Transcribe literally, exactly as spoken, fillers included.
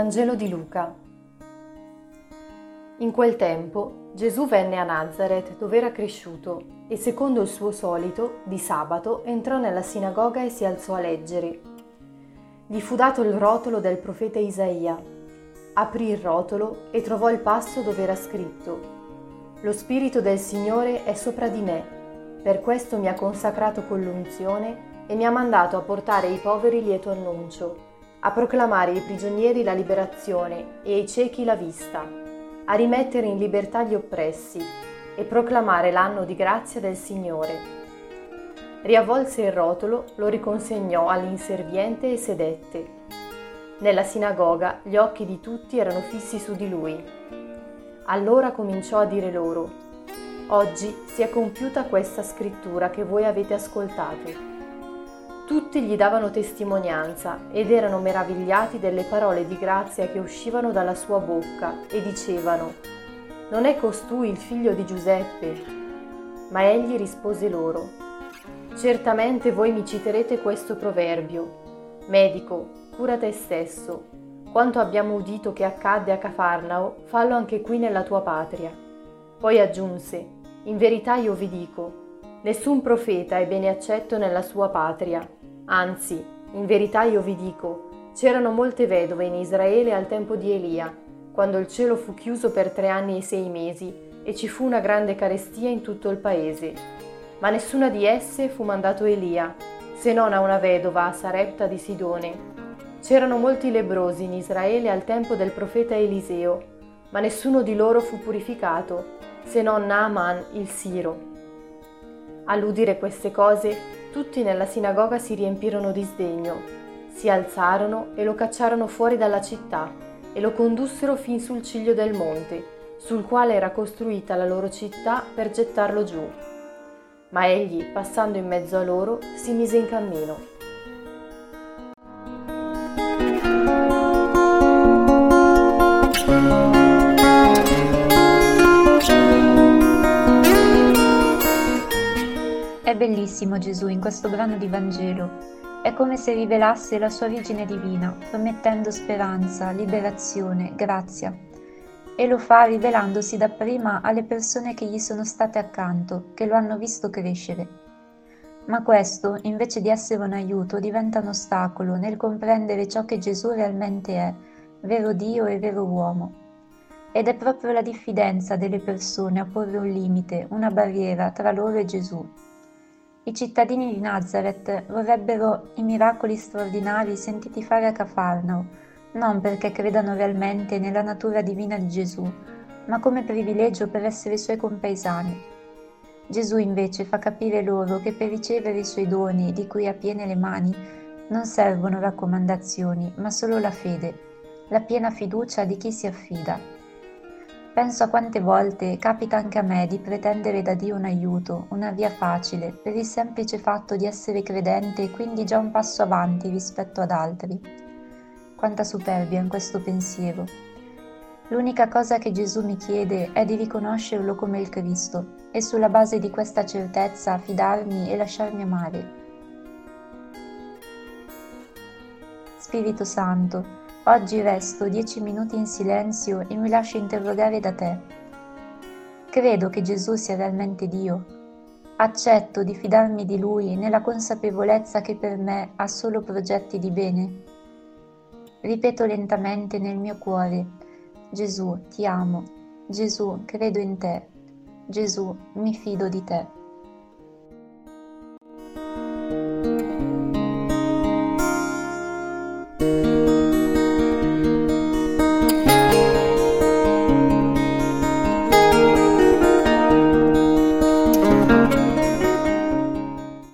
Vangelo di Luca. In quel tempo Gesù venne a Nazaret, dove era cresciuto, e secondo il suo solito, di sabato, entrò nella sinagoga e si alzò a leggere. Gli fu dato il rotolo del profeta Isaia. Aprì il rotolo e trovò il passo dove era scritto: «Lo Spirito del Signore è sopra di me, per questo mi ha consacrato con l'unzione e mi ha mandato a portare ai poveri lieto annuncio, a proclamare ai prigionieri la liberazione e ai ciechi la vista, a rimettere in libertà gli oppressi e proclamare l'anno di grazia del Signore». Riavvolse il rotolo, lo riconsegnò all'inserviente e sedette. Nella sinagoga gli occhi di tutti erano fissi su di lui. Allora cominciò a dire loro: «Oggi si è compiuta questa scrittura che voi avete ascoltato». Tutti gli davano testimonianza ed erano meravigliati delle parole di grazia che uscivano dalla sua bocca e dicevano: «Non è costui il figlio di Giuseppe?» Ma egli rispose loro: «Certamente voi mi citerete questo proverbio: Medico, cura te stesso. Quanto abbiamo udito che accadde a Cafarnao, fallo anche qui nella tua patria». Poi aggiunse: «In verità io vi dico, nessun profeta è bene accetto nella sua patria. Anzi, in verità io vi dico, c'erano molte vedove in Israele al tempo di Elia, quando il cielo fu chiuso per tre anni e sei mesi e ci fu una grande carestia in tutto il paese. Ma nessuna di esse fu mandato Elia, se non a una vedova a Sarepta di Sidone. C'erano molti lebbrosi in Israele al tempo del profeta Eliseo, ma nessuno di loro fu purificato, se non Naaman il Siro». All'udire queste cose, tutti nella sinagoga si riempirono di sdegno, si alzarono e lo cacciarono fuori dalla città e lo condussero fin sul ciglio del monte, sul quale era costruita la loro città, per gettarlo giù. Ma egli, passando in mezzo a loro, si mise in cammino. È bellissimo Gesù in questo brano di Vangelo. È come se rivelasse la sua Vergine Divina, promettendo speranza, liberazione, grazia. E lo fa rivelandosi dapprima alle persone che gli sono state accanto, che lo hanno visto crescere. Ma questo, invece di essere un aiuto, diventa un ostacolo nel comprendere ciò che Gesù realmente è, vero Dio e vero uomo. Ed è proprio la diffidenza delle persone a porre un limite, una barriera tra loro e Gesù. I cittadini di Nazaret vorrebbero i miracoli straordinari sentiti fare a Cafarnao, non perché credano realmente nella natura divina di Gesù, ma come privilegio per essere suoi compaesani. Gesù invece fa capire loro che per ricevere i suoi doni, di cui ha piene le mani, non servono raccomandazioni, ma solo la fede, la piena fiducia di chi si affida. Penso a quante volte capita anche a me di pretendere da Dio un aiuto, una via facile, per il semplice fatto di essere credente e quindi già un passo avanti rispetto ad altri. Quanta superbia in questo pensiero. L'unica cosa che Gesù mi chiede è di riconoscerlo come il Cristo e sulla base di questa certezza fidarmi e lasciarmi amare. Spirito Santo, oggi resto dieci minuti in silenzio e mi lascio interrogare da te. Credo che Gesù sia realmente Dio. Accetto di fidarmi di Lui nella consapevolezza che per me ha solo progetti di bene. Ripeto lentamente nel mio cuore: Gesù, ti amo. Gesù, credo in te. Gesù, mi fido di te.